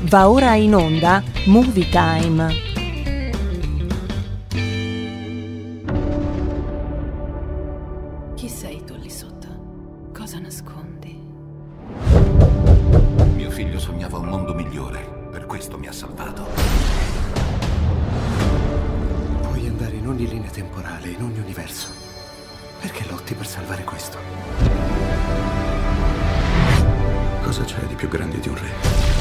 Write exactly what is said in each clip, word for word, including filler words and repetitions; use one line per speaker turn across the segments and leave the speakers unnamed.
Va ora in onda Movie Time.
Chi sei tu lì sotto? Cosa nascondi?
Mio figlio sognava un mondo migliore, per questo mi ha salvato.
Puoi andare in ogni linea temporale, in ogni universo. Perché lotti per salvare questo?
Cosa c'è di più grande di un re?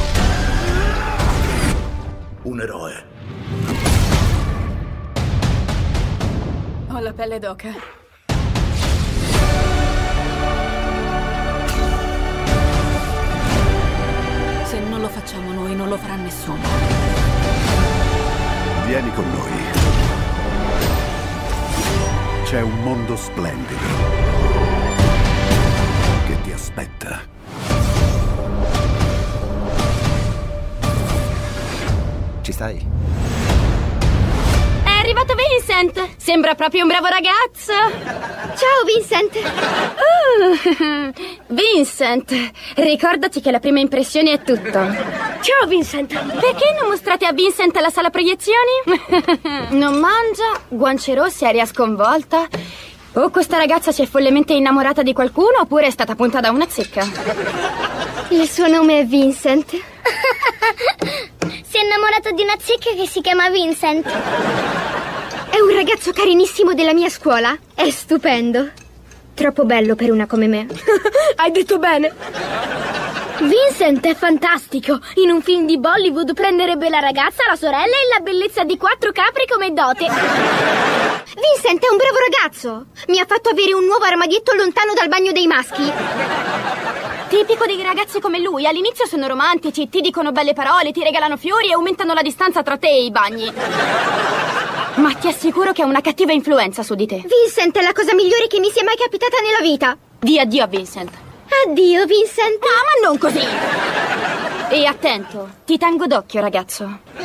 Un eroe.
Ho la pelle d'oca. Se non lo facciamo noi, non lo farà nessuno.
Vieni con noi. C'è un mondo splendido che ti aspetta.
Ci stai?
È arrivato Vincent! Sembra proprio un bravo ragazzo! Ciao Vincent! Uh, Vincent, ricordati che la prima impressione è tutto. Ciao Vincent! Perché non mostrate a Vincent la sala proiezioni? Non mangia, guance rosse, aria sconvolta. O questa ragazza si è follemente innamorata di qualcuno oppure è stata punta da una zecca.
Il suo nome è Vincent. Si è innamorato di una zecca che si chiama Vincent.
È un ragazzo carinissimo della mia scuola. È stupendo. Troppo bello per una come me. Hai detto bene.
Vincent è fantastico. In un film di Bollywood prenderebbe la ragazza, la sorella e la bellezza di quattro capri come dote.
Vincent è un bravo ragazzo. Mi ha fatto avere un nuovo armadietto lontano dal bagno dei maschi. Tipico dei ragazzi come lui. All'inizio sono romantici, ti dicono belle parole, ti regalano fiori e aumentano la distanza tra te e i bagni. Ma ti assicuro che ha una cattiva influenza su di te. Vincent è la cosa migliore che mi sia mai capitata nella vita. Di addio a Vincent.
Addio, Vincent.
Ah, ma non così. E attento, ti tengo d'occhio, ragazzo.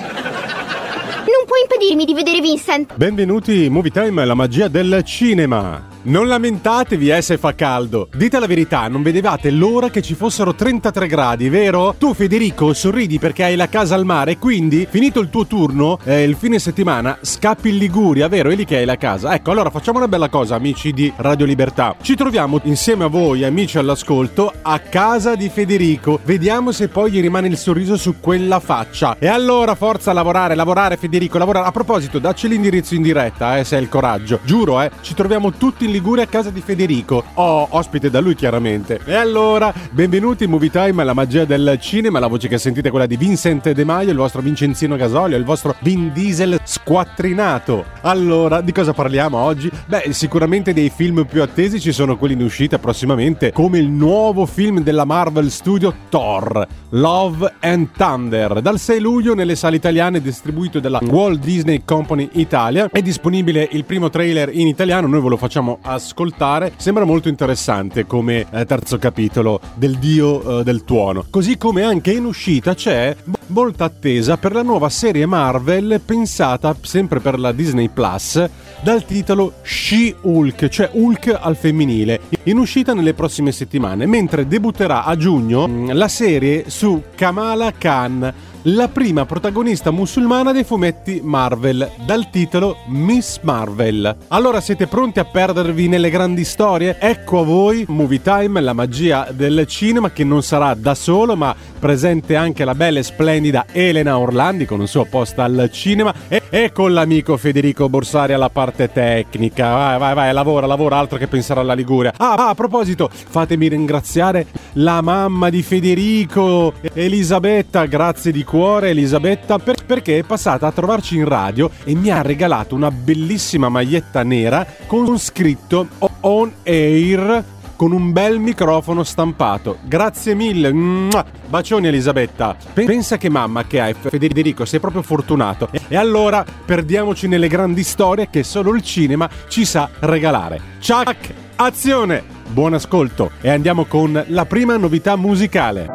Non puoi impedirmi di vedere Vincent.
Benvenuti in Movie Time, la magia del cinema. Non lamentatevi eh se fa caldo. Dite la verità, non vedevate l'ora che ci fossero trentatré gradi, vero? Tu Federico sorridi perché hai la casa al mare, quindi finito il tuo turno, eh, il fine settimana scappi in Liguria, vero? È lì che hai la casa. Ecco, allora facciamo una bella cosa, amici di Radio Libertà. Ci troviamo insieme a voi, amici all'ascolto, a casa di Federico. Vediamo se poi gli rimane il sorriso su quella faccia. E allora forza a lavorare, lavorare Federico, lavorare. A proposito, dacci l'indirizzo in diretta, eh, se hai il coraggio. Giuro, eh, ci troviamo tutti in Liguria a casa di Federico. Oh, ospite da lui chiaramente. E allora, benvenuti in Movie Time, la magia del cinema. La voce che sentite è quella di Vincent De Maio, il vostro Vincenzino Gasolio, il vostro Vin Diesel squattrinato. Allora, di cosa parliamo oggi? Beh, sicuramente dei film più attesi ci sono quelli in uscita prossimamente, come il nuovo film della Marvel Studio Thor, Love and Thunder. Dal sei luglio nelle sale italiane, distribuito dalla Walt Disney Company Italia. È disponibile il primo trailer in italiano, noi ve lo facciamo ascoltare. Sembra molto interessante come eh, terzo capitolo del dio eh, del tuono. Così come anche in uscita c'è molta attesa per la nuova serie Marvel pensata sempre per la Disney Plus dal titolo She-Hulk, cioè Hulk al femminile, in uscita nelle prossime settimane, mentre debutterà a giugno mh, la serie su Kamala Khan, la prima protagonista musulmana dei fumetti Marvel, dal titolo Miss Marvel. Allora siete pronti a perdervi nelle grandi storie? Ecco a voi Movie Time, la magia del cinema, che non sarà da solo, ma presente anche la bella e splendida Elena Orlandi con il suo post al cinema e, e con l'amico Federico Borsari alla parte tecnica. Vai, vai, vai, lavora, lavora, altro che pensare alla Liguria. Ah, ah, a proposito, fatemi ringraziare la mamma di Federico, Elisabetta, grazie di cuore Elisabetta, per, perché è passata a trovarci in radio e mi ha regalato una bellissima maglietta nera con scritto On Air con un bel microfono stampato. Grazie mille. Mua! Bacioni Elisabetta. Pensa che mamma che hai, Federico, sei proprio fortunato. E allora perdiamoci nelle grandi storie che solo il cinema ci sa regalare. Ciak, azione! Buon ascolto e andiamo con la prima novità musicale.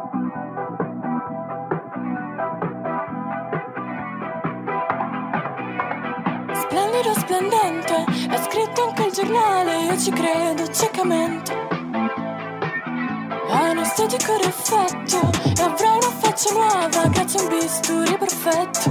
Splendido, splendente, è scritto anche il giornale, io ci credo ciecamente. Ha un estetico rifletto e avrà un effetto faccia nuova, caccia un bisturi perfetto,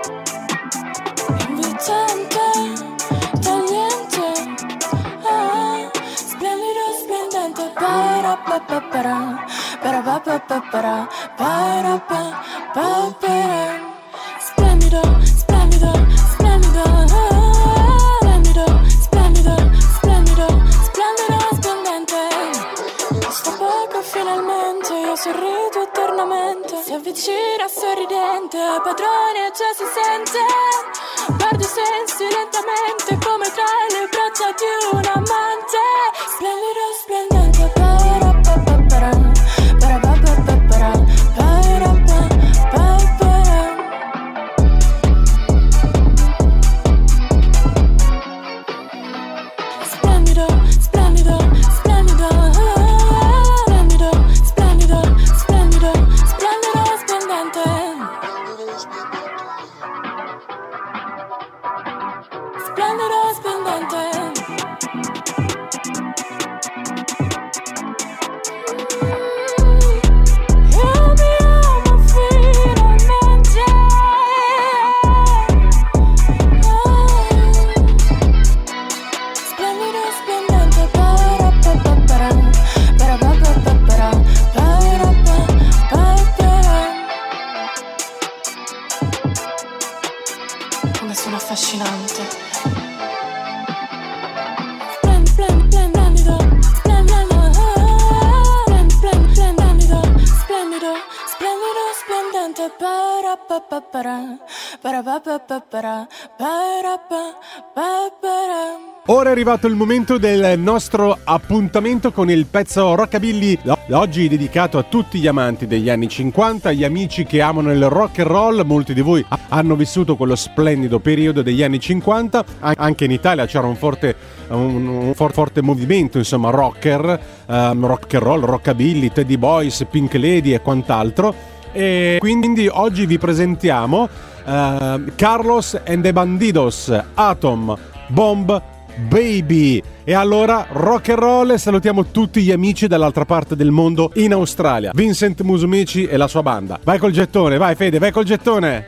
invitante, tagliente, ah, splendido, splendente, para pa pa para, para pa pa pa para, para pa pa para, splendido, splendido, splendido, ah, splendido, splendido, splendido, splendido, splendente. Sto poco finalmente, io sorrido eternamente, si avvicina sorridente, padrone già si sente, perdi i sensi lentamente come tra le braccia di un amante, splendido, splendente, para pa pa para, para pa pa pa para, para pa pa para. Splendido, splendido, splendido, ah, splendido, splendido, splendido, splendido, splendente. Splendido, splendente. Io mi amo finalmente. Splendido, splendente, para pa pa para, para pa pa pa para, para pa pa para. Come sono affascinante. Splend, splend, splendido, splendido, ah, splend, splend, splendido, splendido, splendido, splendente, para pa pa para, para pa pa pa para, para pa pa para.
Ora è arrivato il momento del nostro appuntamento con il pezzo Rockabilly, oggi dedicato a tutti gli amanti degli anni cinquanta, gli amici che amano il rock and roll. Molti di voi hanno vissuto quello splendido periodo degli anni cinquanta, anche in Italia c'era un forte, un, un for- forte movimento, insomma, rocker, um, rock and roll, rockabilly, Teddy Boys, Pink Lady e quant'altro. E quindi oggi vi presentiamo uh, Carlos and the Bandidos, Atom Bomb Baby. E allora rock and roll, e salutiamo tutti gli amici dall'altra parte del mondo in Australia, Vincent Musumeci e la sua banda. Vai col gettone, vai Fede, vai col gettone.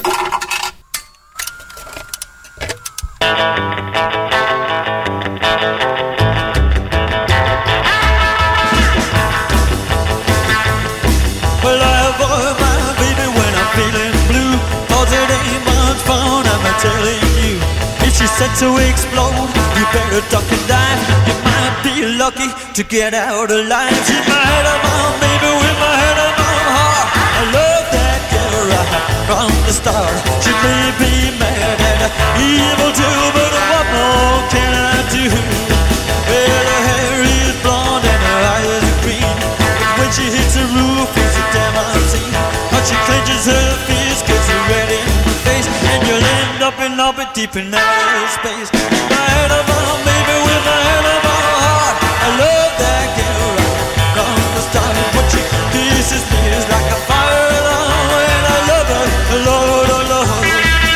Well, I avoid my baby when I'm feeling blue, 'cause it ain't much fun, I'm telling you. If she's set to explode, you better duck and dive. You might be lucky to get out alive. She might have on, baby, with my head on my heart. I love that girl right from the start. She may be mad and evil too, but what more can I do? Well, her hair is blonde and her eyes are green, but when she hits the roof, it's a damn unseen. But she clenches her fist, gets red in the face, and you'll end up in orbit deep in outer space. My head of my baby with my head of my heart. I love that girl right from the start. What she kisses me is like a fire alarm, and I love her, Lord, oh Lord.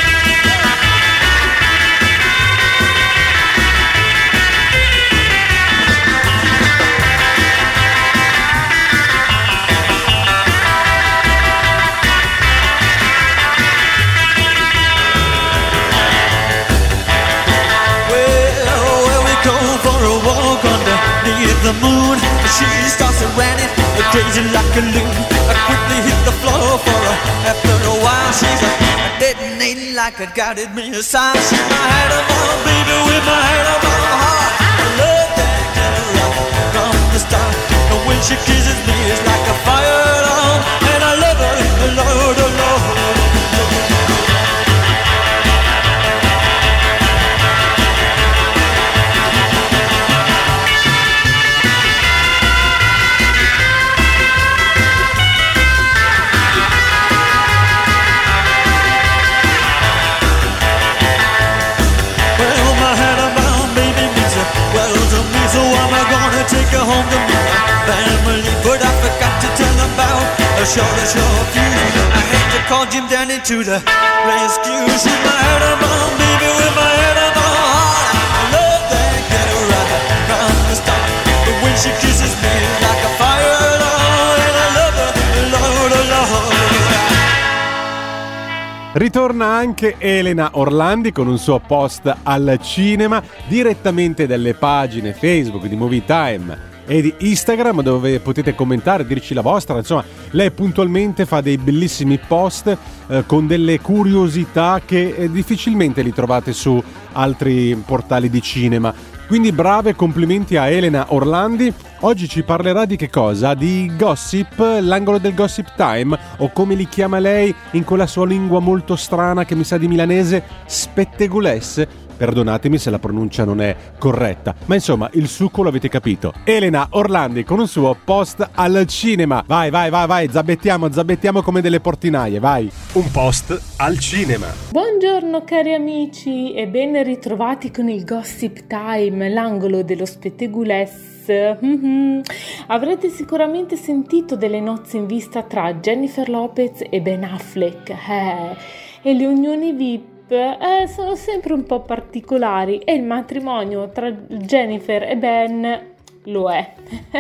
The moon, she starts to run it, crazy like a loon. I quickly hit the floor for her. After a while, she's a detonating like a guided missile. She's my head of my baby with my head of my heart. I love that girl right from the start. And when she kisses me, it's like a fire alarm. And I love her, Lord, oh Lord. So I'm gonna take her home to meet my family, but I forgot to tell about a short, short fuse. I had to call Jim Danny to the rescue. She's my head of my baby with my head of my heart. I love that girl right from the start, but when she kisses me it's like a fire alarm, and I love her, Lord, oh Lord.
Ritorna anche Elena Orlandi con un suo post al cinema direttamente dalle pagine Facebook di Movie Time e di Instagram, dove potete commentare, dirci la vostra. Insomma, lei puntualmente fa dei bellissimi post eh, con delle curiosità che eh, difficilmente li trovate su altri portali di cinema. Quindi brave, complimenti a Elena Orlandi. Oggi ci parlerà di che cosa? Di gossip, l'angolo del gossip time, o come li chiama lei in quella sua lingua molto strana che mi sa di milanese, spettegulesse. Perdonatemi se la pronuncia non è corretta, ma insomma il succo l'avete capito. Elena Orlandi con un suo post al cinema. Vai, vai, vai, vai, zabbettiamo, zabbettiamo come delle portinaie, vai. Un post al cinema.
Buongiorno cari amici e ben ritrovati con il Gossip Time, l'angolo dello spettegulesse. Mm-hmm. Avrete sicuramente sentito delle nozze in vista tra Jennifer Lopez e Ben Affleck eh, e le unioni V I P Eh, sono sempre un po' particolari e il matrimonio tra Jennifer e Ben lo è,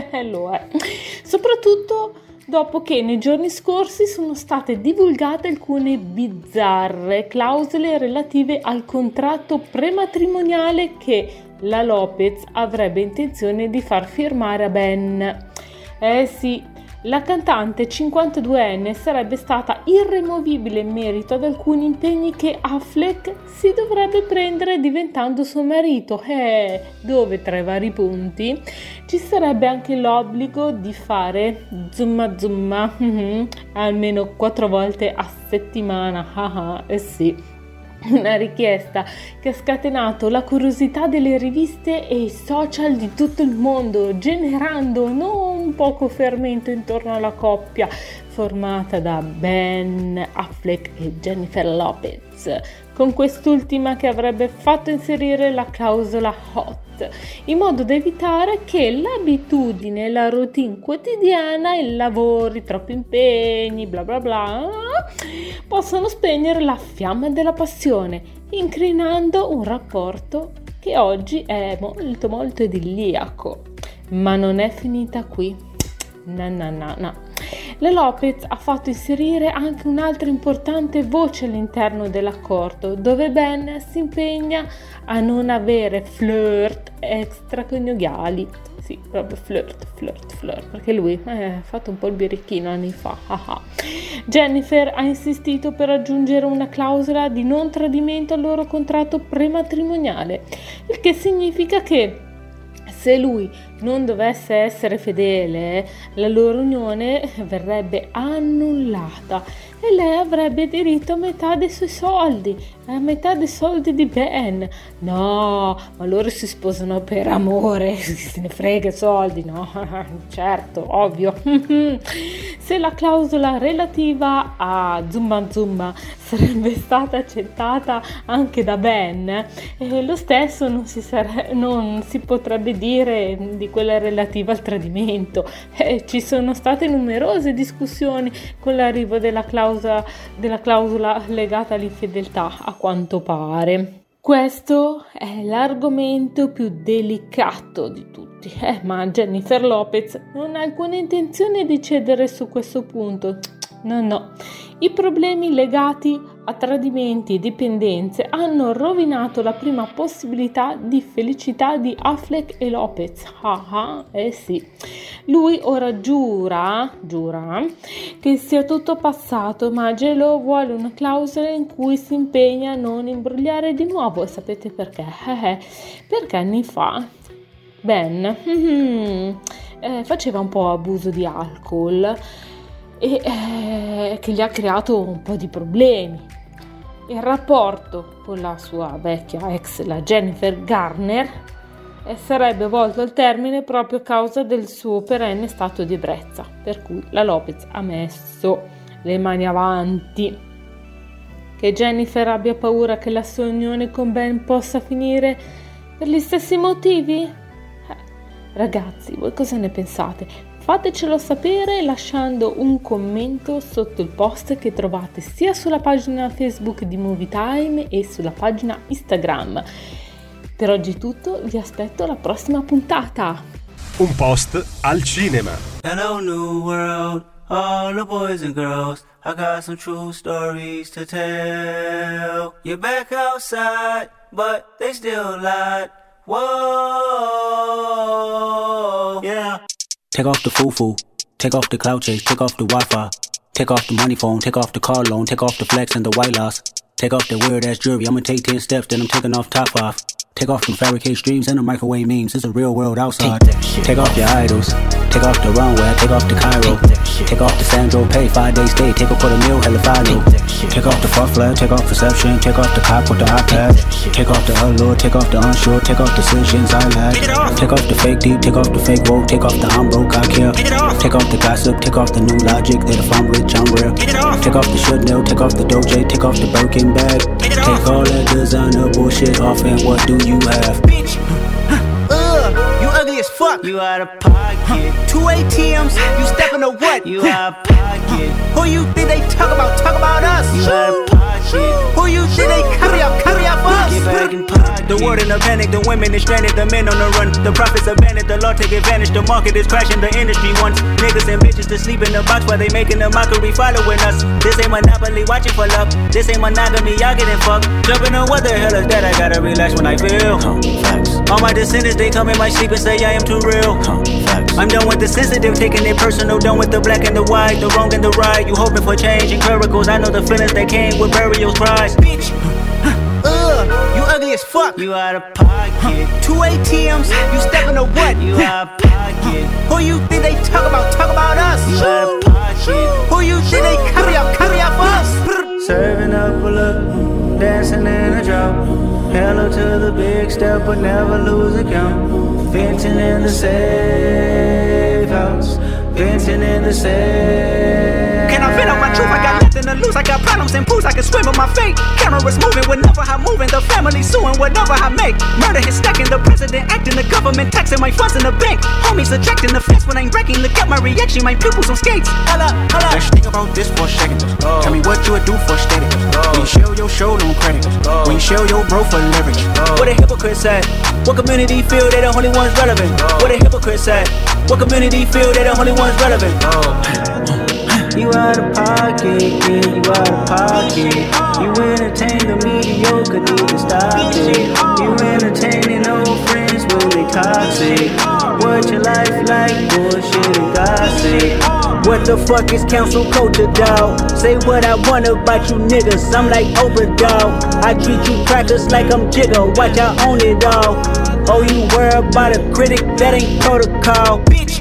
lo è, soprattutto dopo che nei giorni scorsi sono state divulgate alcune bizzarre clausole relative al contratto prematrimoniale che la Lopez avrebbe intenzione di far firmare a Ben. Eh sì, la cantante cinquantaduenne sarebbe stata irremovibile in merito ad alcuni impegni che Affleck si dovrebbe prendere diventando suo marito, eh, dove tra i vari punti ci sarebbe anche l'obbligo di fare zumma zumma mm-hmm, almeno quattro volte a settimana. Ah, eh sì. Una richiesta che ha scatenato la curiosità delle riviste e i social di tutto il mondo, generando non poco fermento intorno alla coppia formata da Ben Affleck e Jennifer Lopez, con quest'ultima che avrebbe fatto inserire la clausola hot, in modo da evitare che l'abitudine e la routine quotidiana, il lavoro, i troppi impegni, bla bla bla, possano spegnere la fiamma della passione, incrinando un rapporto che oggi è molto molto idilliaco. Ma non è finita qui. No, no, no, no. La Lopez ha fatto inserire anche un'altra importante voce all'interno dell'accordo, dove Ben si impegna a non avere flirt extraconiugali. Sì, proprio flirt, flirt, flirt, perché lui eh, ha fatto un po' il birichino anni fa. Ah ah. Jennifer ha insistito per aggiungere una clausola di non tradimento al loro contratto prematrimoniale, il che significa che se lui non dovesse essere fedele, la loro unione verrebbe annullata e lei avrebbe diritto a metà dei suoi soldi, a metà dei soldi di Ben. No, ma loro si sposano per amore, se ne frega i soldi, no? Certo, ovvio. Se la clausola relativa a Zumba Zumba sarebbe stata accettata anche da Ben, eh, lo stesso non si, sare- non si potrebbe dire di quella relativa al tradimento. Eh, ci sono state numerose discussioni con l'arrivo della clausola, della clausola legata all'infedeltà, a quanto pare. Questo è l'argomento più delicato di tutti, eh, ma Jennifer Lopez non ha alcuna intenzione di cedere su questo punto. No, no. I problemi legati a tradimenti e dipendenze hanno rovinato la prima possibilità di felicità di Affleck e Lopez. Ah, ah, eh sì. Lui ora giura, giura che sia tutto passato, ma J Lo vuole una clausola in cui si impegna a non imbrogliare di nuovo. E sapete perché? Eh, perché anni fa Ben mm-hmm, eh, faceva un po' abuso di alcol e eh, che gli ha creato un po' di problemi. Il rapporto con la sua vecchia ex, la Jennifer Garner, eh, sarebbe volto al termine proprio a causa del suo perenne stato di ebbrezza, per cui la Lopez ha messo le mani avanti. Che Jennifer abbia paura che la sua unione con Ben possa finire per gli stessi motivi? Eh, ragazzi, voi cosa ne pensate? Fatecelo sapere lasciando un commento sotto il post che trovate sia sulla pagina Facebook di Movie Time e sulla pagina Instagram. Per oggi è tutto, vi aspetto alla prossima puntata.
Un post al cinema.
Hello new world,
all the boys and girls, I got some true stories to tell. You're back outside, but they still lied. Whoa, yeah.
Take off the foo-foo, take off the cloud chase, take off the Wi-Fi, take off the money phone, take off the car loan, take off the flex and the white loss, take off the weird ass jewelry. I'ma take ten steps, then I'm taking off top five. Take off them fabricated streams and the microwave memes. It's a real world outside. Take off your idols. Take off the runway. Take off the Cairo. Take off the Sandro Pay. Five day stay. Take off for the meal. Hella follow. Take off the fuck flag. Take off perception. Take off the cop with the iPad. Take off the allure. Take off the unsure. Take off decisions I lack. Take off the fake deep. Take off the fake woke. Take off the I'm broke. I care. Take off the gossip. Take off the new logic that if I'm rich I'm real. Take off the should know. Take off the Doja. Take off the Birkin bag. Take all that designer bullshit off and what do you have?
Bitch, ugh, you ugly as fuck. You out of pocket. Two A T Ms, you stepping to what? You out of pocket. Who you think they talk about? Talk about us. You out of pocket. Who you think they carry up? Carry up us. Get back in pocket. The world in a panic, the women is stranded, the men on the run. The profits abandoned, the law take advantage. The market is crashing, the industry wants niggas and bitches to sleep in the box while they making a mockery following us. This ain't monopoly, watching for love. This ain't monogamy, y'all getting fucked. Jumping on what the hell is that? I gotta relax when I feel. Huh, facts. All my descendants, they come in my sleep and say I am too real. Huh, facts. I'm done with the sensitive, taking it personal. Done with the black and the white, the wrong and the right. You hoping for change and miracles. I know the feelings that came with burial cries. Bitch, ugh, you ugly as fuck. You out of pocket. Two A T Ms, you stepping to what? You out of pocket. Who you think they talk about? Talk about us. You out of pocket. Who you think they carry up? Carry up us. Serving up a look, dancing in a drop. Hello to the big step, but never lose a count. Venting in the safe house. Venting in the safe. Can I vent out my truth? I got nothing to lose. I got problems and pools. I can swim with my fate. Cameras moving whenever I'm moving. The family suing whatever I make. Murder is stacking. The president acting. The government taxing my funds in the bank. Homies attracting the fence when I'm wrecking. Look at my reaction. My pupils on skates. Holla, holla.
Let's think about this for a second. Oh. Tell me what you would do for static. Oh. When you show your show, no credit. Oh. When you show your bro for leverage.
Oh. What a hypocrite said. What community feel they the only ones relevant? Oh. What a hypocrite said. What community feel they the only ones relevant? Oh. You out of pocket, yeah, you out of pocket. You entertain the mediocre, need to stop it. You entertaining old friends when they toxic. What your life like, bullshit and gossip. What the fuck is council culture, dawg? Say what I want about you niggas, I'm like Oprah, dawg. I treat you crackers like I'm Jigga, watch I own it all. Oh, you worry about a critic, that ain't protocol, bitch.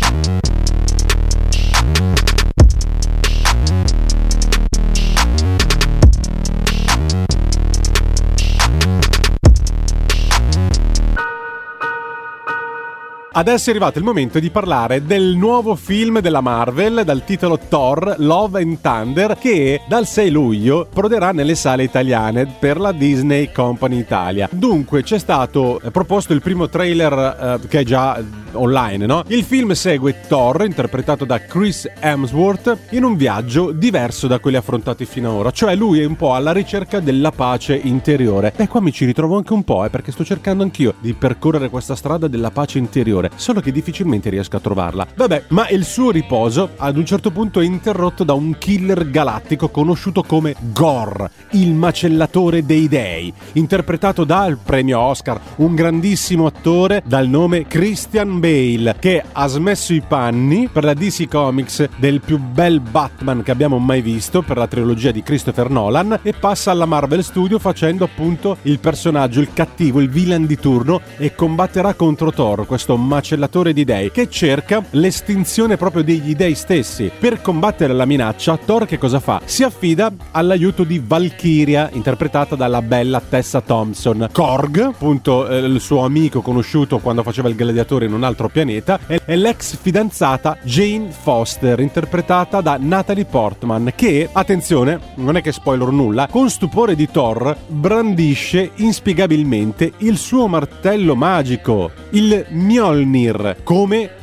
Adesso è arrivato il momento di parlare del nuovo film della Marvel dal titolo Thor Love and Thunder, che dal sei luglio proderà nelle sale italiane per la Disney Company Italia. Dunque c'è stato proposto il primo trailer eh, che è già online, no? Il film segue Thor, interpretato da Chris Hemsworth, in un viaggio diverso da quelli affrontati finora, cioè lui è un po' alla ricerca della pace interiore. E qua mi ci ritrovo anche un po', eh, perché sto cercando anch'io di percorrere questa strada della pace interiore, solo che difficilmente riesco a trovarla. Vabbè, ma il suo riposo ad un certo punto è interrotto da un killer galattico conosciuto come Gorr, il macellatore dei dei, interpretato dal premio Oscar, un grandissimo attore dal nome Christian Bale, che ha smesso i panni per la D C Comics del più bel Batman che abbiamo mai visto per la trilogia di Christopher Nolan e passa alla Marvel Studio facendo appunto il personaggio, il cattivo, il villain di turno, e combatterà contro Thor, questo macellatore di dei che cerca l'estinzione proprio degli dei stessi. Per combattere la minaccia, Thor che cosa fa? Si affida all'aiuto di Valkyria, interpretata dalla bella Tessa Thompson. Korg, appunto eh, il suo amico conosciuto quando faceva il gladiatore in un altro pianeta, e l'ex fidanzata Jane Foster, interpretata da Natalie Portman, che, attenzione, non è che spoiler nulla, con stupore di Thor brandisce inspiegabilmente il suo martello magico, il Mjolnir, come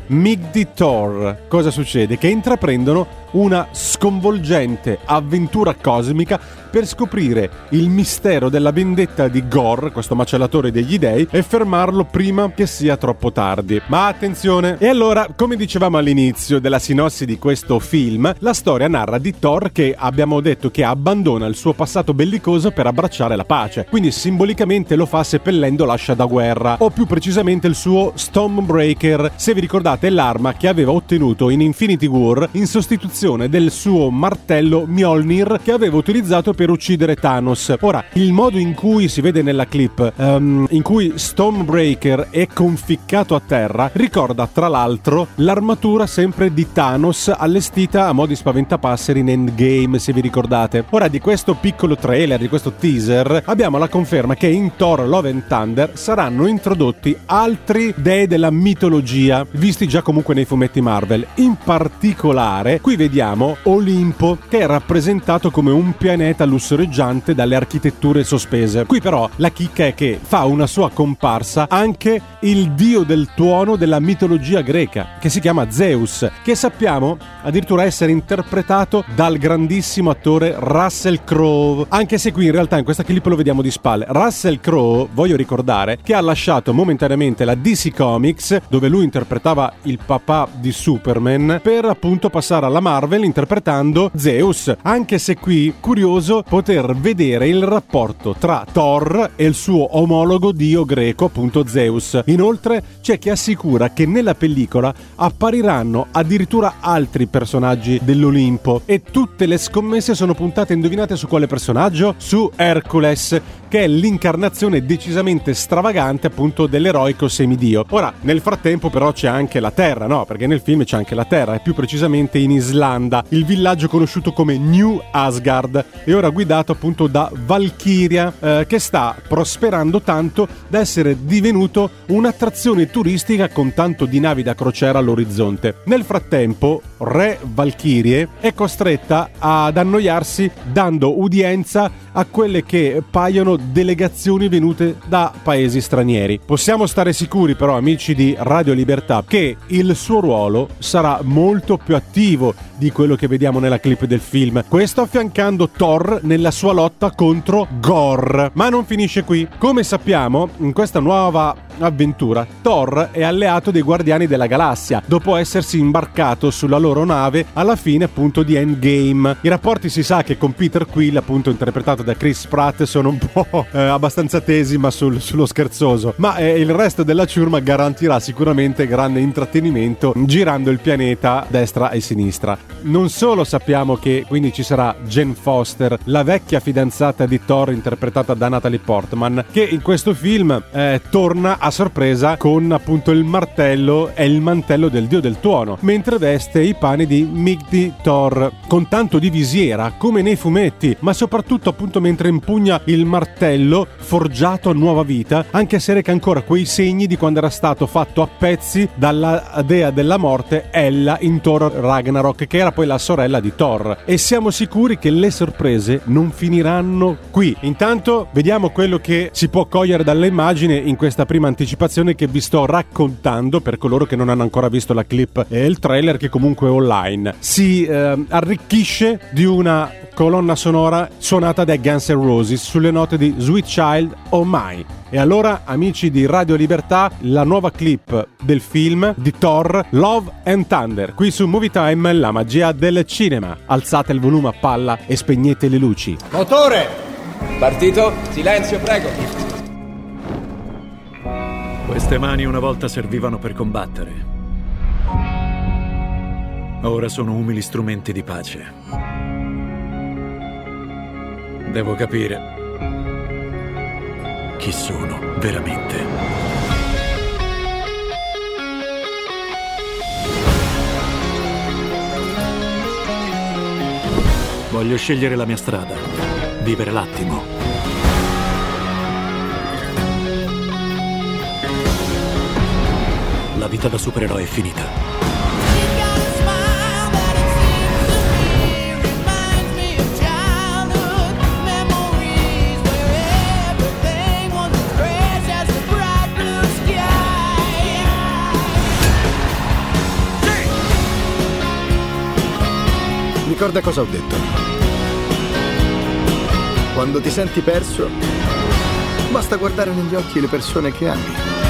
Migdi Thor. Cosa succede? Che intraprendono una sconvolgente avventura cosmica per scoprire il mistero della vendetta di Gorr, questo macellatore degli dei, e fermarlo prima che sia troppo tardi. Ma attenzione! E allora, come dicevamo all'inizio della sinossi di questo film, la storia narra di Thor che abbiamo detto che abbandona il suo passato bellicoso per abbracciare la pace. Quindi simbolicamente lo fa seppellendo l'ascia da guerra, o più precisamente il suo Stormbreaker. Se vi ricordate, è l'arma che aveva ottenuto in Infinity War in sostituzione del suo martello Mjolnir che aveva utilizzato per uccidere Thanos. Ora, il modo in cui si vede nella clip, um, in cui Stormbreaker è conficcato a terra, ricorda tra l'altro l'armatura sempre di Thanos allestita a mo' di spaventapasseri in Endgame, se vi ricordate. Ora, di questo piccolo trailer, di questo teaser, abbiamo la conferma che in Thor Love and Thunder saranno introdotti altri dei della mitologia, visti già comunque nei fumetti Marvel. In particolare, qui vediamo Olimpo, che è rappresentato come un pianeta lussureggiante dalle architetture sospese. Qui però la chicca è che fa una sua comparsa anche il dio del tuono della mitologia greca, che si chiama Zeus, che sappiamo addirittura essere interpretato dal grandissimo attore Russell Crowe, anche se qui in realtà in questa clip lo vediamo di spalle. Russell Crowe, voglio ricordare, che ha lasciato momentaneamente la D C Comics, dove lui interpretava il papà di Superman, per appunto passare alla Marvel interpretando Zeus, anche se qui curioso poter vedere il rapporto tra Thor e il suo omologo dio greco, appunto Zeus. Inoltre c'è chi assicura che nella pellicola appariranno addirittura altri personaggi dell'Olimpo e tutte le scommesse sono puntate, indovinate su quale personaggio? Su Hercules, che è l'incarnazione decisamente stravagante appunto dell'eroico semidio. Ora, nel frattempo però c'è anche la Terra, no? Perché nel film c'è anche la Terra, e più precisamente in Islanda, il villaggio conosciuto come New Asgard, e ora guidato appunto da Valkyria, eh, che sta prosperando tanto da essere divenuto un'attrazione turistica con tanto di navi da crociera all'orizzonte. Nel frattempo, Re Valkyrie è costretta ad annoiarsi dando udienza a quelle che paiono delegazioni venute da paesi stranieri. Possiamo stare sicuri però, amici di Radio Libertà, che il suo ruolo sarà molto più attivo di quello che vediamo nella clip del film, questo affiancando Thor nella sua lotta contro Gorr. Ma non finisce qui. Come sappiamo, in questa nuova avventura Thor è alleato dei Guardiani della Galassia dopo essersi imbarcato sulla loro nave alla fine appunto di Endgame. I rapporti, si sa che con Peter Quill, appunto interpretato da Chris Pratt, sono un po' eh, abbastanza tesi ma sul, sullo scherzoso, ma eh, il resto della ciurma garantirà sicuramente grande intrattenimento girando il pianeta a destra e sinistra. Non solo sappiamo che quindi ci sarà Jane Foster, la vecchia fidanzata di Thor interpretata da Natalie Portman, che in questo film eh, torna a sorpresa con appunto il martello e il mantello del dio del tuono, mentre veste i panni di Migdi Thor, con tanto di visiera come nei fumetti, ma soprattutto appunto mentre impugna il martello forgiato a nuova vita, anche se reca ancora quei segni di quando era stato fatto a pezzi dalla dea della morte Hela in Thor Ragnarok, che era poi la sorella di Thor. E siamo sicuri che le sorprese non finiranno qui. Intanto vediamo quello che si può cogliere dall'immagine in questa prima anticipazione che vi sto raccontando per coloro che non hanno ancora visto la clip e il trailer, che comunque è online. Si eh, arricchisce di una colonna sonora suonata dai Guns N' Roses sulle note di Sweet Child O' Mine. E allora, amici di Radio Libertà, la nuova clip del film di Thor Love and Thunder, qui su Movie Time, la magia del cinema. Alzate il volume a palla e spegnete le luci.
Motore! Partito? Silenzio, prego.
Queste mani una volta servivano per combattere. Ora sono umili strumenti di pace. Devo capire chi sono veramente. Voglio scegliere la mia strada, vivere l'attimo. La vita da supereroe è finita.
Ricorda cosa ho detto. Quando ti senti perso, basta guardare negli occhi le persone che ami.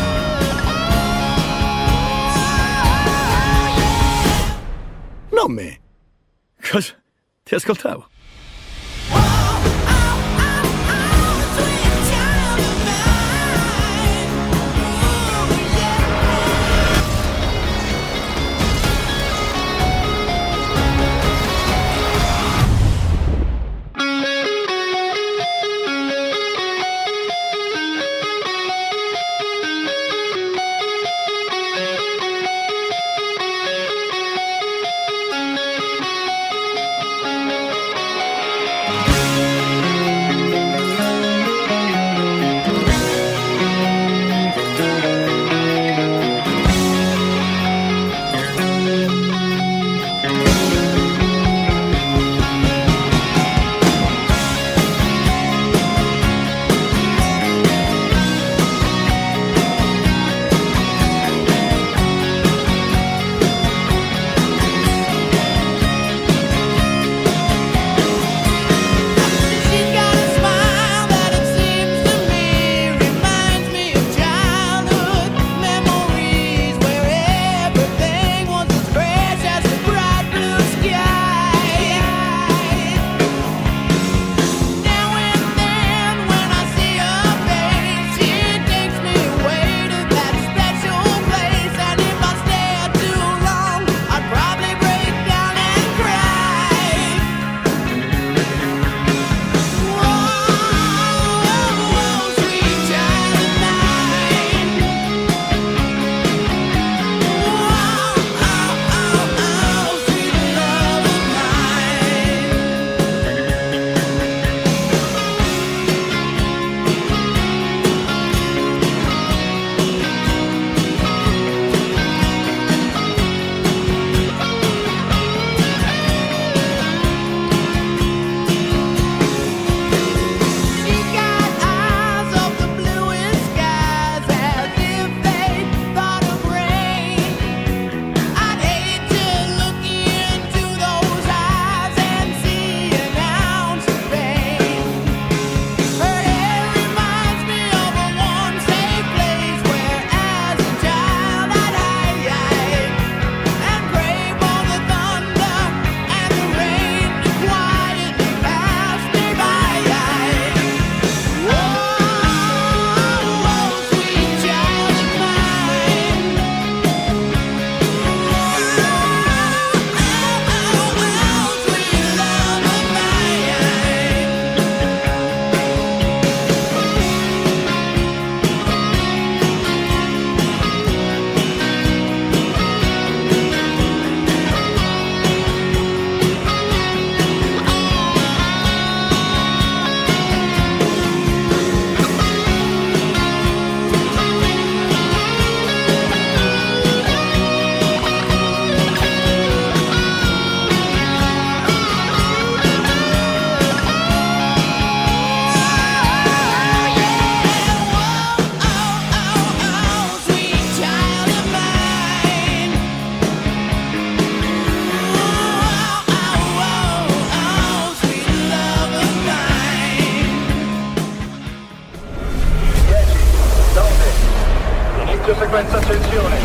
Non me. Cosa? Ti ascoltavo.
Sequenza accensione.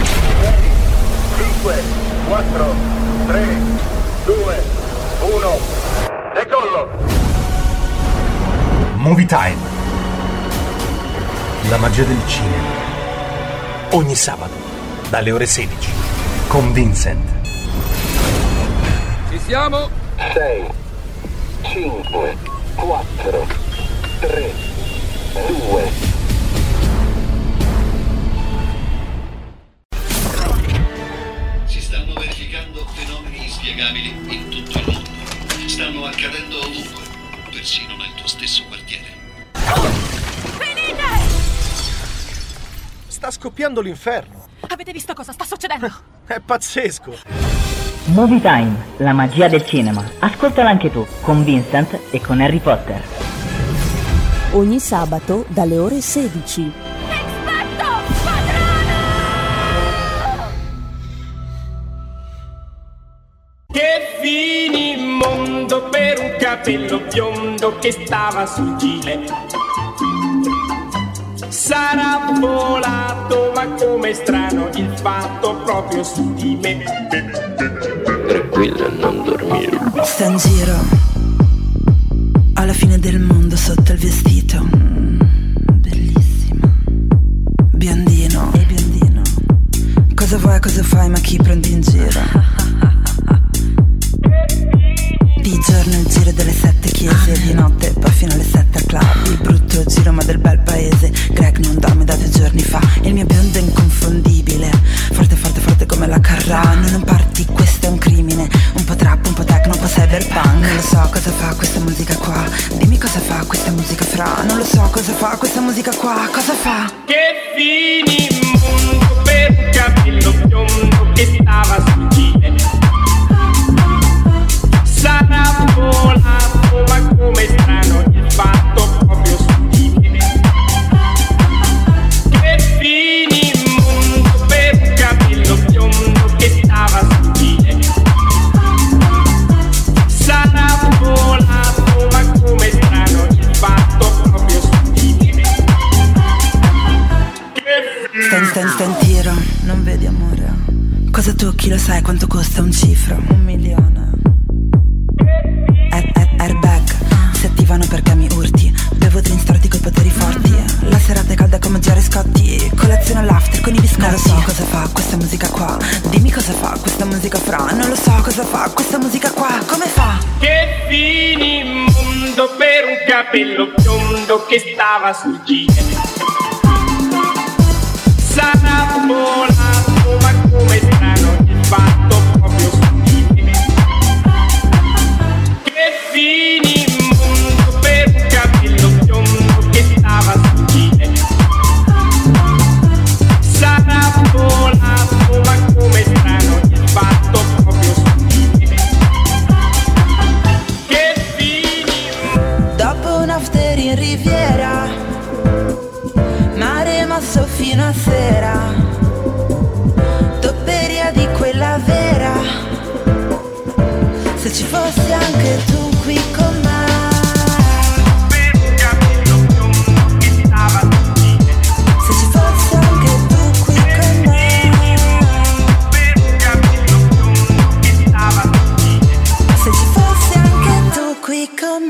cinque, quattro, tre, due, uno. Decollo.
Movie Time. La magia del cinema. Ogni sabato, dalle ore sedici, con Vincent.
Ci siamo?
sei, cinque, quattro, tre, due.
In tutto il mondo. Stanno accadendo ovunque, persino nel tuo stesso quartiere.
Venite!
Sta scoppiando l'inferno.
Avete visto cosa sta succedendo?
È pazzesco.
Movie Time, la magia del cinema. Ascoltala anche tu, con Vincent e con Harry Potter.
Ogni sabato dalle ore sedici.
Che finimmo
mondo per un capello biondo che stava sul gile. Sarà volato, ma com'è strano il fatto proprio su di me.
Tranquilla, non dormire.
Sta in giro alla fine del mondo sotto il vestito. Bellissima. Biondino e biondino. Cosa vuoi, cosa fai, ma chi prendi in giro? Di giorno il giro delle sette chiese, di notte poi fino alle sette al club. Il brutto giro ma del bel paese. Greg non dorme da due giorni fa. Il mio biondo è inconfondibile, forte forte forte come la Carrano. Non parti, questo è un crimine. Un po' trap, un po' techno, un po' cyberpunk. Non lo so cosa fa questa musica qua. Dimmi cosa fa questa musica fra. Non lo so cosa fa questa musica qua. Cosa fa?
Che fini mondo per un capello biondo che stava sul gile. Sarà volato, ma come strano il fatto proprio su di me. Che fini mondo per un capello biondo che stava sul gile. Sarà volato, ma come strano il fatto proprio su di me.
Stai, stai, stai in tiro, non vedi amore. Cosa tocchi lo sai quanto costa un cifro? Un milione. Airbag, si attivano perché mi urti. Bevo drink storti coi poteri forti. La serata è calda come Jerry Scotti. Colazione all'after con i biscotti. Non lo so cosa fa questa musica qua. Dimmi cosa fa questa musica fra. Non lo so cosa fa questa musica qua. Come fa?
Che fini mondo per un capello biondo che stava sul gile. Sarà volato, ma come strano il fatto proprio su di me. Che fini mondo per un capello biondo che stava sul gile. Sarà volato, ma come strano il fatto proprio su di me. Che fini.
Dopo un after in riviera, mare mosso fino a sera. Topperia di quella vera. Se ci fossi anche tu qui con me. Se ci fossi anche tu qui con me. Se ci fossi anche tu qui con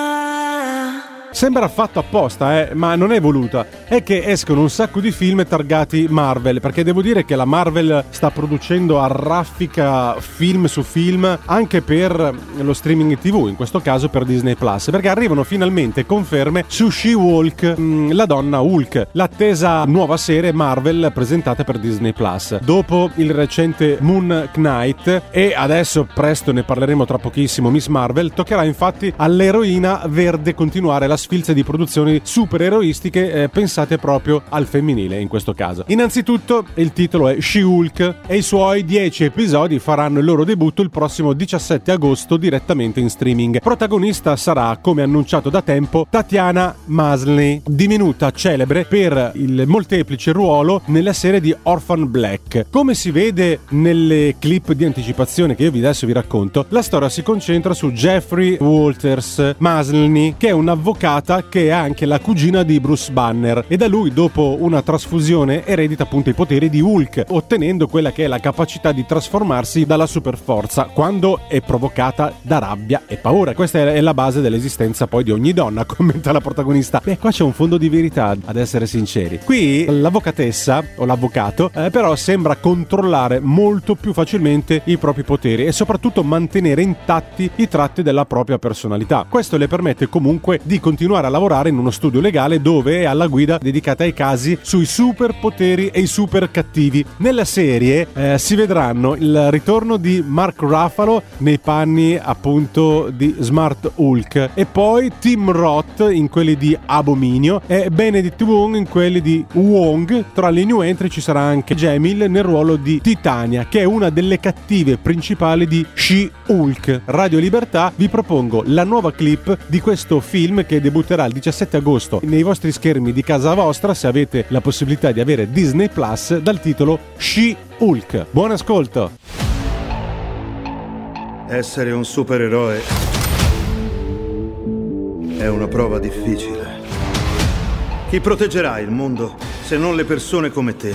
me.
Sembra fatto apposta, eh, ma non è voluta. È che escono un sacco di film targati Marvel, perché devo dire che la Marvel sta producendo a raffica film su film anche per lo streaming tivù, in questo caso per Disney Plus, perché arrivano finalmente conferme su She-Hulk, mh, la donna Hulk, l'attesa nuova serie Marvel presentata per Disney Plus. Dopo il recente Moon Knight e adesso presto ne parleremo tra pochissimo Miss Marvel, toccherà infatti all'eroina verde continuare la sfilza di produzioni supereroistiche eh, pensate proprio al femminile in questo caso. Innanzitutto il titolo è She-Hulk e i suoi dieci episodi faranno il loro debutto il prossimo diciassette agosto direttamente in streaming. Protagonista sarà, come annunciato da tempo, Tatiana Maslany, divenuta celebre per il molteplice ruolo nella serie di Orphan Black. Come si vede nelle clip di anticipazione che io vi adesso vi racconto, la storia si concentra su Jeffrey Walters Maslany, che è un avvocato che è anche la cugina di Bruce Banner, e da lui dopo una trasfusione eredita appunto i poteri di Hulk, ottenendo quella che è la capacità di trasformarsi dalla superforza quando è provocata da rabbia e paura. Questa è la base dell'esistenza poi di ogni donna, commenta la protagonista. Beh, qua c'è un fondo di verità, ad essere sinceri. Qui l'avvocatessa o l'avvocato eh, però sembra controllare molto più facilmente i propri poteri e soprattutto mantenere intatti i tratti della propria personalità. Questo le permette comunque di continuare a lavorare in uno studio legale dove è alla guida dedicata ai casi sui superpoteri e i super cattivi. Nella serie eh, si vedranno il ritorno di Mark Ruffalo nei panni appunto di Smart Hulk e poi Tim Roth in quelli di Abominio e Benedict Wong in quelli di Wong. Tra le new entry ci sarà anche Jamil nel ruolo di Titania, che è una delle cattive principali di She-Hulk. Radio Libertà vi propongo la nuova clip di questo film che debutterà il diciassette agosto nei vostri schermi di casa vostra se avete la possibilità di avere Disney Plus, dal titolo She-Hulk. Buon ascolto.
Essere un supereroe è una prova difficile. Chi proteggerà il mondo se non le persone come te?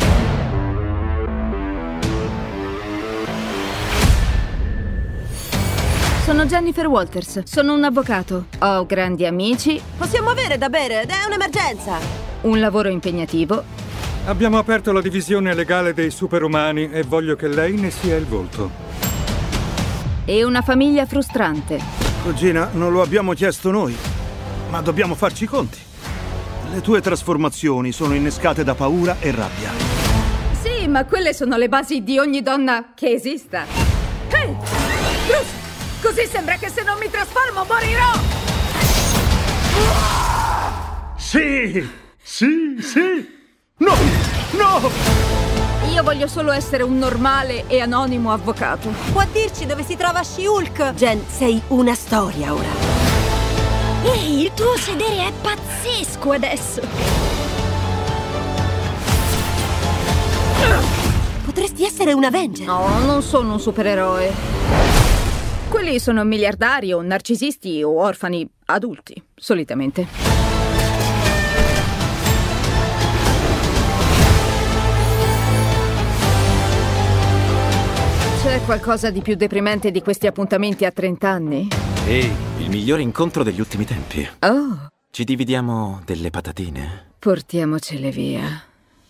Sono Jennifer Walters, sono un avvocato. Ho grandi amici.
Possiamo avere da bere? È un'emergenza.
Un lavoro impegnativo.
Abbiamo aperto la divisione legale dei superumani e voglio che lei ne sia il volto.
E una famiglia frustrante.
Cugina, non lo abbiamo chiesto noi, ma dobbiamo farci i conti. Le tue trasformazioni sono innescate da paura e rabbia.
Sì, ma quelle sono le basi di ogni donna che esista. Ehi! Hey! Bruce! Così sembra che se non mi trasformo morirò!
Sì! Sì, sì! No! No!
Io voglio solo essere un normale e anonimo avvocato.
Può dirci dove si trova She-Hulk? Jen, sei una storia ora.
Ehi, il tuo sedere è pazzesco adesso.
Potresti essere un Avenger.
No, non sono un supereroe. Quelli sono miliardari o narcisisti o orfani adulti, solitamente. C'è qualcosa di più deprimente di questi appuntamenti a trent'anni?
Ehi, il migliore incontro degli ultimi tempi.
Oh.
Ci dividiamo delle patatine?
Portiamocele via.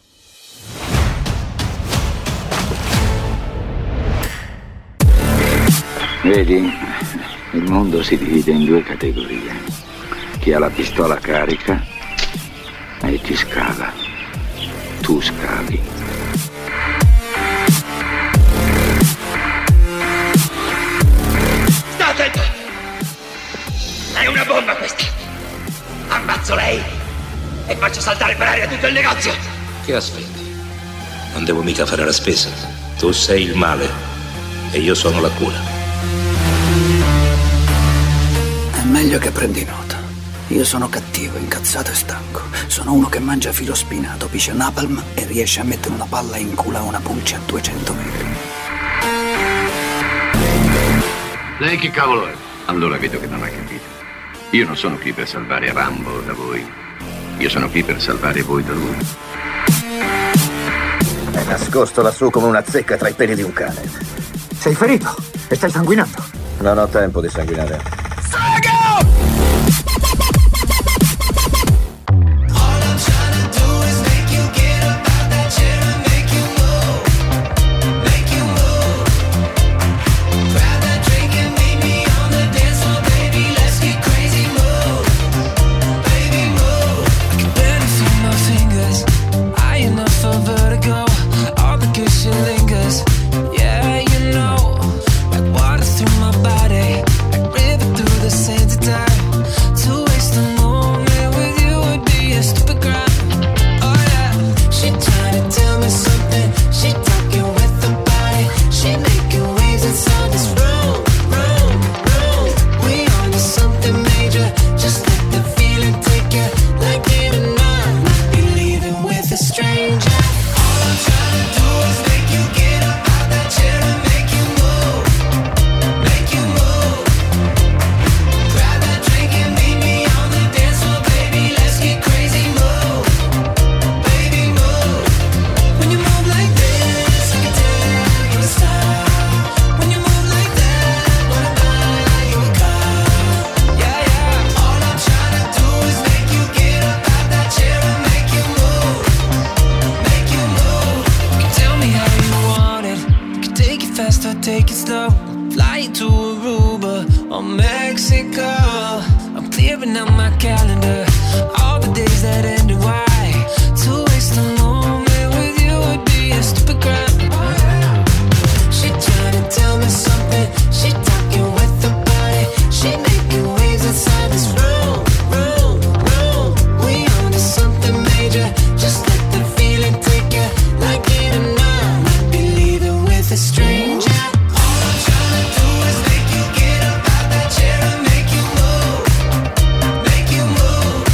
Vedi, il mondo si divide in due categorie. Chi ha la pistola carica e chi scava. Tu scavi.
Sta attento! È una bomba questa! Ammazzo lei e faccio saltare per aria tutto il negozio!
Che aspetti? Non devo mica fare la spesa. Tu sei il male e io sono la cura.
È meglio che prendi nota. Io sono cattivo, incazzato e stanco. Sono uno che mangia filo spinato, piscia napalm e riesce a mettere una palla in culo a una pulce a duecento metri.
Lei chi cavolo è? Allora vedo che non ha capito. Io non sono qui per salvare Rambo da voi. Io sono qui per salvare voi da lui.
È nascosto lassù come una zecca tra i peli di un cane.
Sei ferito e stai sanguinando.
Non ho tempo di sanguinare.
Take it slow, fly to Aruba or Mexico. I'm clearing out my calendar, all the days that ended. Why? To waste a moment with you would be a stupid crime. She trying to tell me something, she talking with her body, she making waves inside this room, room, room. We on to something major, just let the feeling take you, like it or not. Might be leaving with a stranger. Make you move, make you move.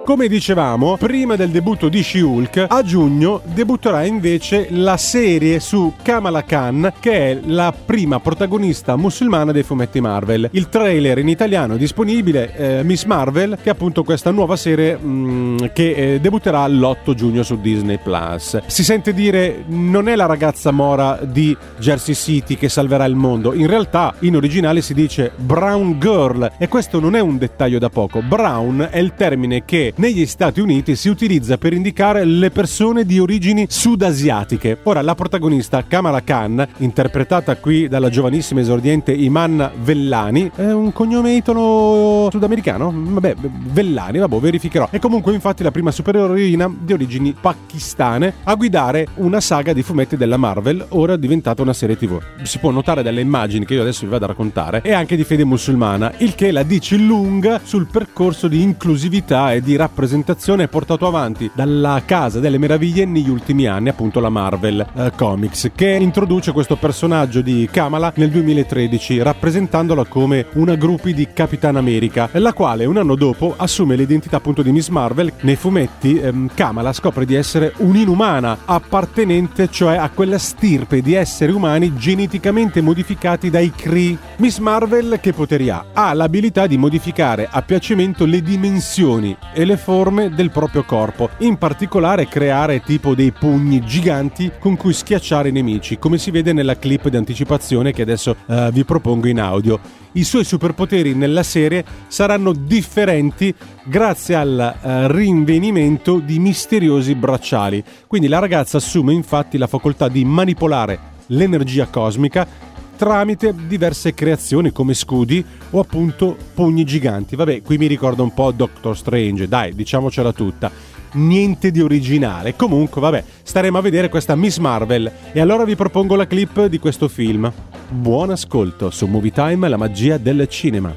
Come dicevamo, prima del debutto di She-Hulk, a giugno debutterà invece la serie su Kamala Khan, che è la prima protagonista musulmana dei fumetti Marvel. Il trailer in italiano è disponibile, eh, Miss Marvel, che è appunto questa nuova serie mh, che eh, debutterà l'otto giugno su Disney Plus. Si sente dire non è la ragazza mora di Jersey City che salverà il mondo, in realtà in originale si dice Brown Girl, e questo non è un dettaglio da poco. Brown è il termine che negli Stati Uniti si utilizza per indicare le persone di origini sudasiatiche. Ora, la protagonista Kamala Khan, interpretata qui dalla giovanissima esordiente Iman Vellani, è un cognome italo sudamericano? Vabbè, Vellani, vabbè, verificherò. È comunque infatti la prima supereroina di origini pakistane a guidare una saga di fumetti della Marvel, ora diventata una serie tivù. Si può notare dalle immagini che io adesso vi vado a raccontare, e anche di fede musulmana, il che la dice lunga sul percorso di inclusività e di rappresentazione portato avanti dalla Casa delle Meraviglie negli ultimi anni, appunto la Marvel eh, Comics, che introduce questo personaggio di Kamala nel duemilatredici, rappresentandola come una groupie di Capitan America, la quale un anno dopo assume l'identità appunto di Miss Marvel. Nei fumetti ehm, Kamala scopre di essere un'inumana, appartenente cioè a quella stirpe di esseri umani geneticamente modificati dai Kree. Miss Marvel che poteri ha? Ha l'abilità di modificare a piacimento le dimensioni e le forme del proprio corpo, in particolare creare tipo dei pugni giganti con cui schiacciare i nemici, come si vede nella clip di anticipazione che adesso uh, vi propongo in audio. I suoi superpoteri nella serie saranno differenti grazie al uh, rinvenimento di misteriosi bracciali. Quindi la ragazza assume infatti la facoltà di manipolare l'energia cosmica tramite diverse creazioni come scudi o appunto pugni giganti. Vabbè, qui mi ricorda un po' Doctor Strange, dai, diciamocela tutta. Niente di originale. Comunque, vabbè, staremo a vedere questa Miss Marvel. E allora vi propongo la clip di questo film. Buon ascolto su Movie Time, la magia del cinema.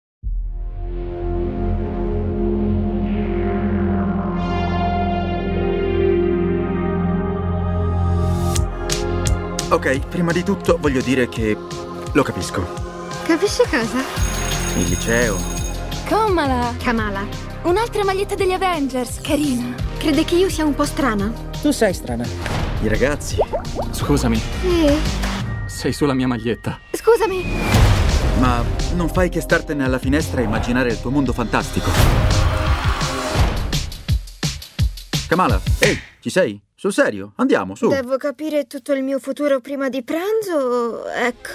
Ok, prima di tutto voglio dire che lo capisco.
Capisci cosa?
Il liceo.
Kamala. Kamala. Un'altra maglietta degli Avengers, carina. Crede che io sia un po' strana?
Tu sei strana. I ragazzi.
Scusami,
Sì.
sei sulla mia maglietta.
Scusami.
Ma non fai che startene alla finestra e immaginare il tuo mondo fantastico. Kamala, ehi, ci sei? Sul serio? Andiamo, su.
Devo capire tutto il mio futuro prima di pranzo? Ecco.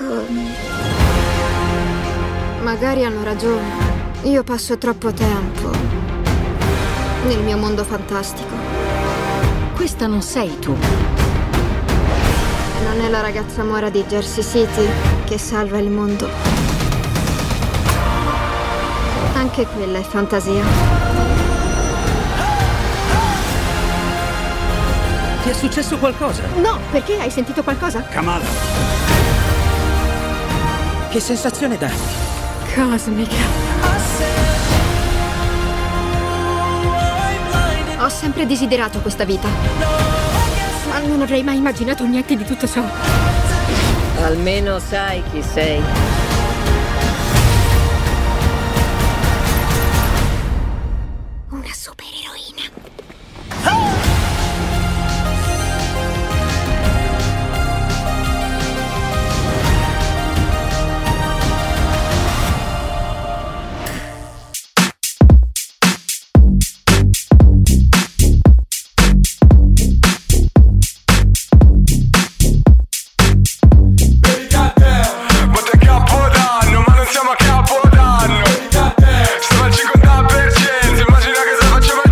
Magari hanno ragione. Io passo troppo tempo nel mio mondo fantastico.
Questa non sei tu.
Non è la ragazza mora di Jersey City che salva il mondo. Anche quella è fantasia.
Ti è successo qualcosa?
No, perché hai sentito qualcosa?
Kamala. Che sensazione dà?
Cosmica. Ho sempre desiderato questa vita. Ma non avrei mai immaginato niente di tutto ciò.
Almeno sai chi sei.
Una supereroina.
Siamo a Capodanno. Stava al cinquanta per cento. Immagina che se faceva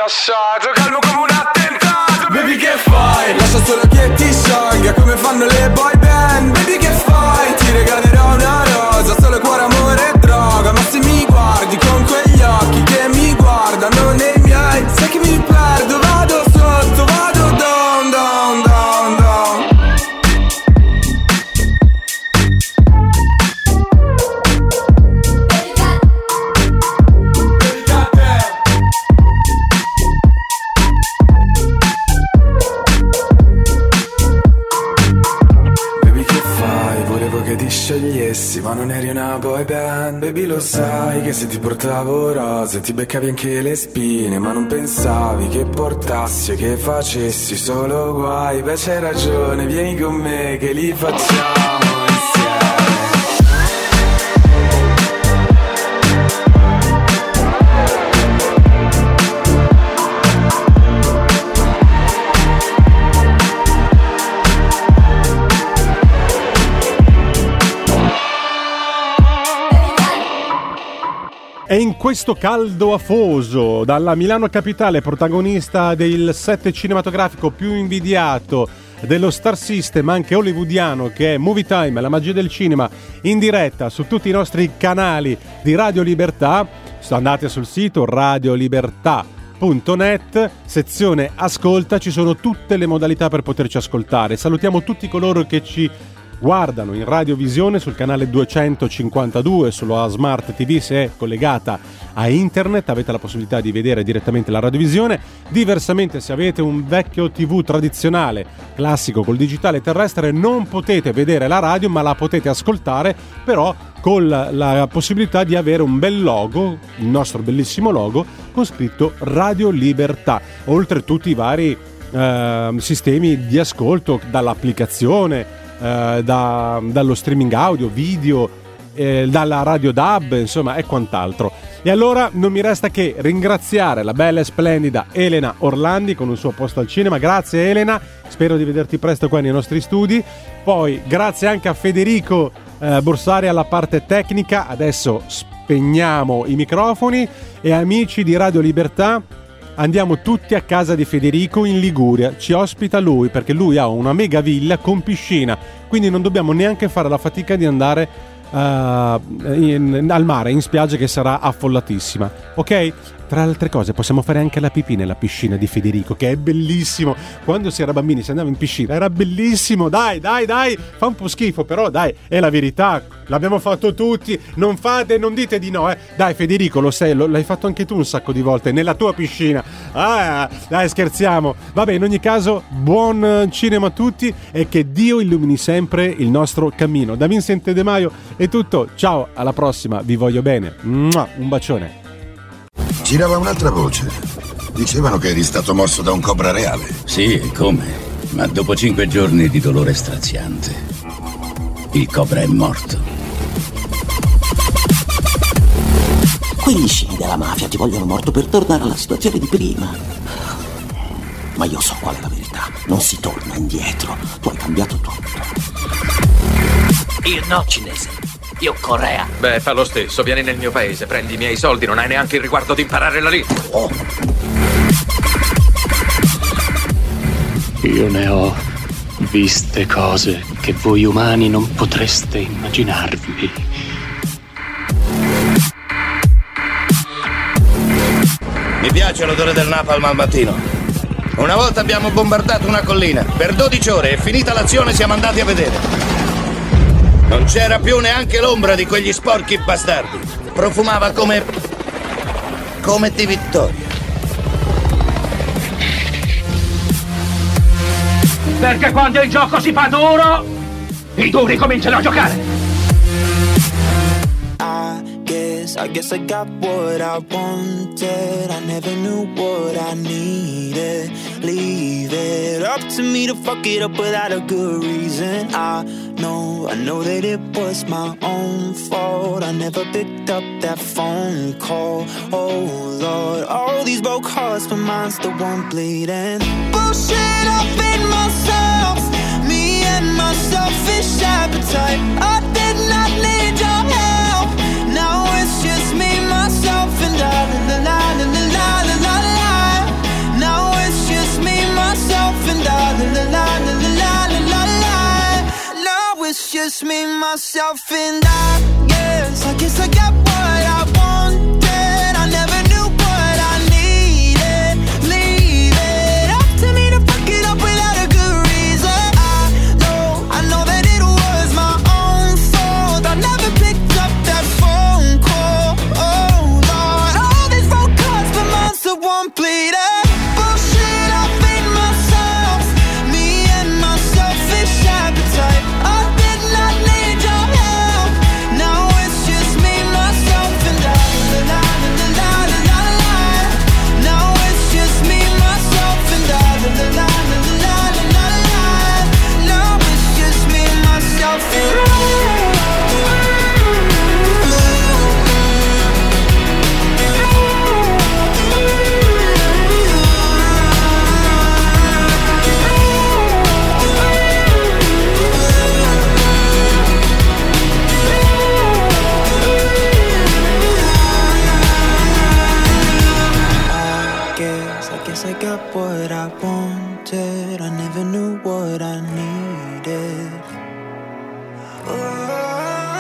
passato, calmo come un attentato. Baby che fai? Lascia solo che ti sciolga come fanno le boy band. Baby che fai? Ti regalerò una rosa, solo cuore, amore e droga. Ma se mi guardi con quegli occhi che mi guardano nei miei, sai che mi perdo, vado sotto, vado down, down, down, down. Che ti sciogliessi, ma non eri una boy band. Baby lo sai che se ti portavo rose ti beccavi anche le spine, ma non pensavi che portassi e che facessi solo guai. Beh c'hai ragione, vieni con me che li facciamo insieme.
E in questo caldo afoso, dalla Milano capitale, protagonista del set cinematografico più invidiato dello Star System, anche hollywoodiano, che è Movie Time, la magia del cinema, in diretta su tutti i nostri canali di Radio Libertà. Andate sul sito radiolibertà punto net, sezione ascolta, ci sono tutte le modalità per poterci ascoltare. Salutiamo tutti coloro che ci guardano in radiovisione sul canale duecentocinquantadue sulla Smart T V. Se è collegata a internet avete la possibilità di vedere direttamente la radiovisione. Diversamente, se avete un vecchio tivù tradizionale classico col digitale terrestre, non potete vedere la radio ma la potete ascoltare, però con la possibilità di avere un bel logo, il nostro bellissimo logo con scritto Radio Libertà, oltre a tutti i vari eh, sistemi di ascolto, dall'applicazione, Uh, da, dallo streaming audio, video, eh, dalla radio D A B, insomma, e quant'altro. E allora non mi resta che ringraziare la bella e splendida Elena Orlandi con un suo posto al cinema. Grazie Elena, spero di vederti presto qua nei nostri studi. Poi grazie anche a Federico eh, Borsari alla parte tecnica. Adesso spegniamo i microfoni e amici di Radio Libertà, andiamo tutti a casa di Federico in Liguria, ci ospita lui perché lui ha una mega villa con piscina, quindi non dobbiamo neanche fare la fatica di andare uh, in, al mare, in spiaggia, che sarà affollatissima, ok? Tra le altre cose possiamo fare anche la pipì nella piscina di Federico, che è bellissimo. Quando si era bambini si andava in piscina, era bellissimo. Dai, dai, dai, fa un po' schifo, però dai, è la verità. L'abbiamo fatto tutti, non fate, non dite di no, eh. Dai Federico, lo sai, lo, l'hai fatto anche tu un sacco di volte nella tua piscina. Ah, dai, scherziamo. Vabbè, in ogni caso, buon cinema a tutti e che Dio illumini sempre il nostro cammino. Da Vincent De Maio è tutto. Ciao, alla prossima, vi voglio bene. Mua, un bacione.
Girava un'altra voce. Dicevano che eri stato morso da un cobra reale.
Sì, e come? Ma dopo cinque giorni di dolore straziante, il cobra è morto.
Quegli scimi della mafia ti vogliono morto per tornare alla situazione di prima. Ma io so qual è la verità. Non si torna indietro. Tu hai cambiato tutto.
Io no, cinese. Io Corea.
Beh, fa lo stesso, vieni nel mio paese, prendi i miei soldi, non hai neanche il riguardo di imparare la lingua.
Oh.
Io ne ho viste cose che voi umani non potreste immaginarvi.
Mi piace l'odore del napalm al mattino. Una volta abbiamo bombardato una collina. Per dodici ore, e finita l'azione, siamo andati a vedere. Non c'era più neanche l'ombra di quegli sporchi bastardi. Profumava come... come di vittoria. Perché quando il gioco si fa duro, i duri cominciano a giocare.
I guess, I guess I got what I wanted. I never knew what I needed. Leave it up to me to fuck it up without a good reason. I know, I know that it was my own fault. I never picked up that phone call. Oh Lord, all these broke hearts, but mine's the one bleeding. Bullshit up in myself, me and my selfish appetite. I did not need your help. Now it's just me, myself, and I. La la la la la la la la.
just me, myself, and I. Yes, I guess I got what I wanted. I never knew what I needed. Leave it up to me to fuck it up without a good reason. I know, I know that it was my own fault. I never picked up that phone call. Oh Lord, all these phone calls for months that won't bleed it. I got what I wanted. I never knew what I needed. Oh.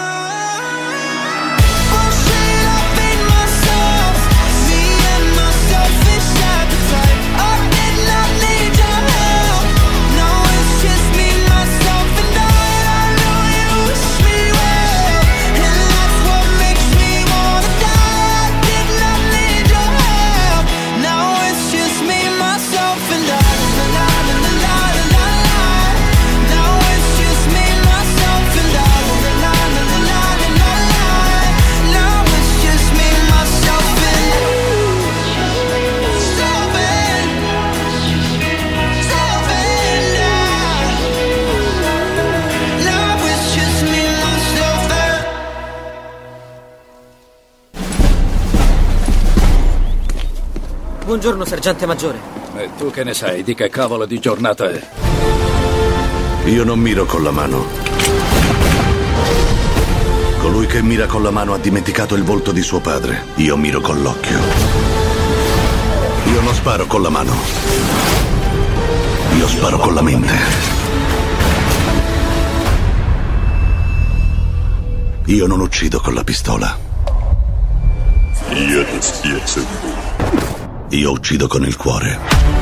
Buongiorno, sergente maggiore.
E tu che ne sai di che cavolo di giornata è? Io non miro con la mano. Colui che mira con la mano ha dimenticato il volto di suo padre. Io miro con l'occhio. Io non sparo con la mano. Io sparo con la mente. Io non uccido con la pistola. Io ti spiazzo. Io uccido con il cuore.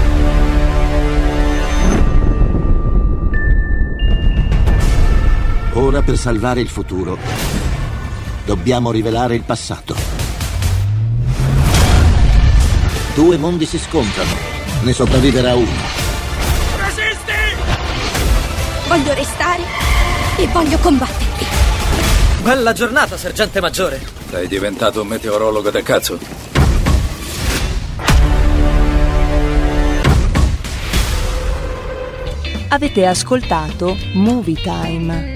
Ora, per salvare il futuro, dobbiamo rivelare il passato. Due mondi si scontrano. Ne sopravviverà uno.
Resisti! Voglio restare e voglio combatterti.
Bella giornata, sergente maggiore.
Sei diventato un meteorologo del cazzo.
Avete ascoltato Movie Time.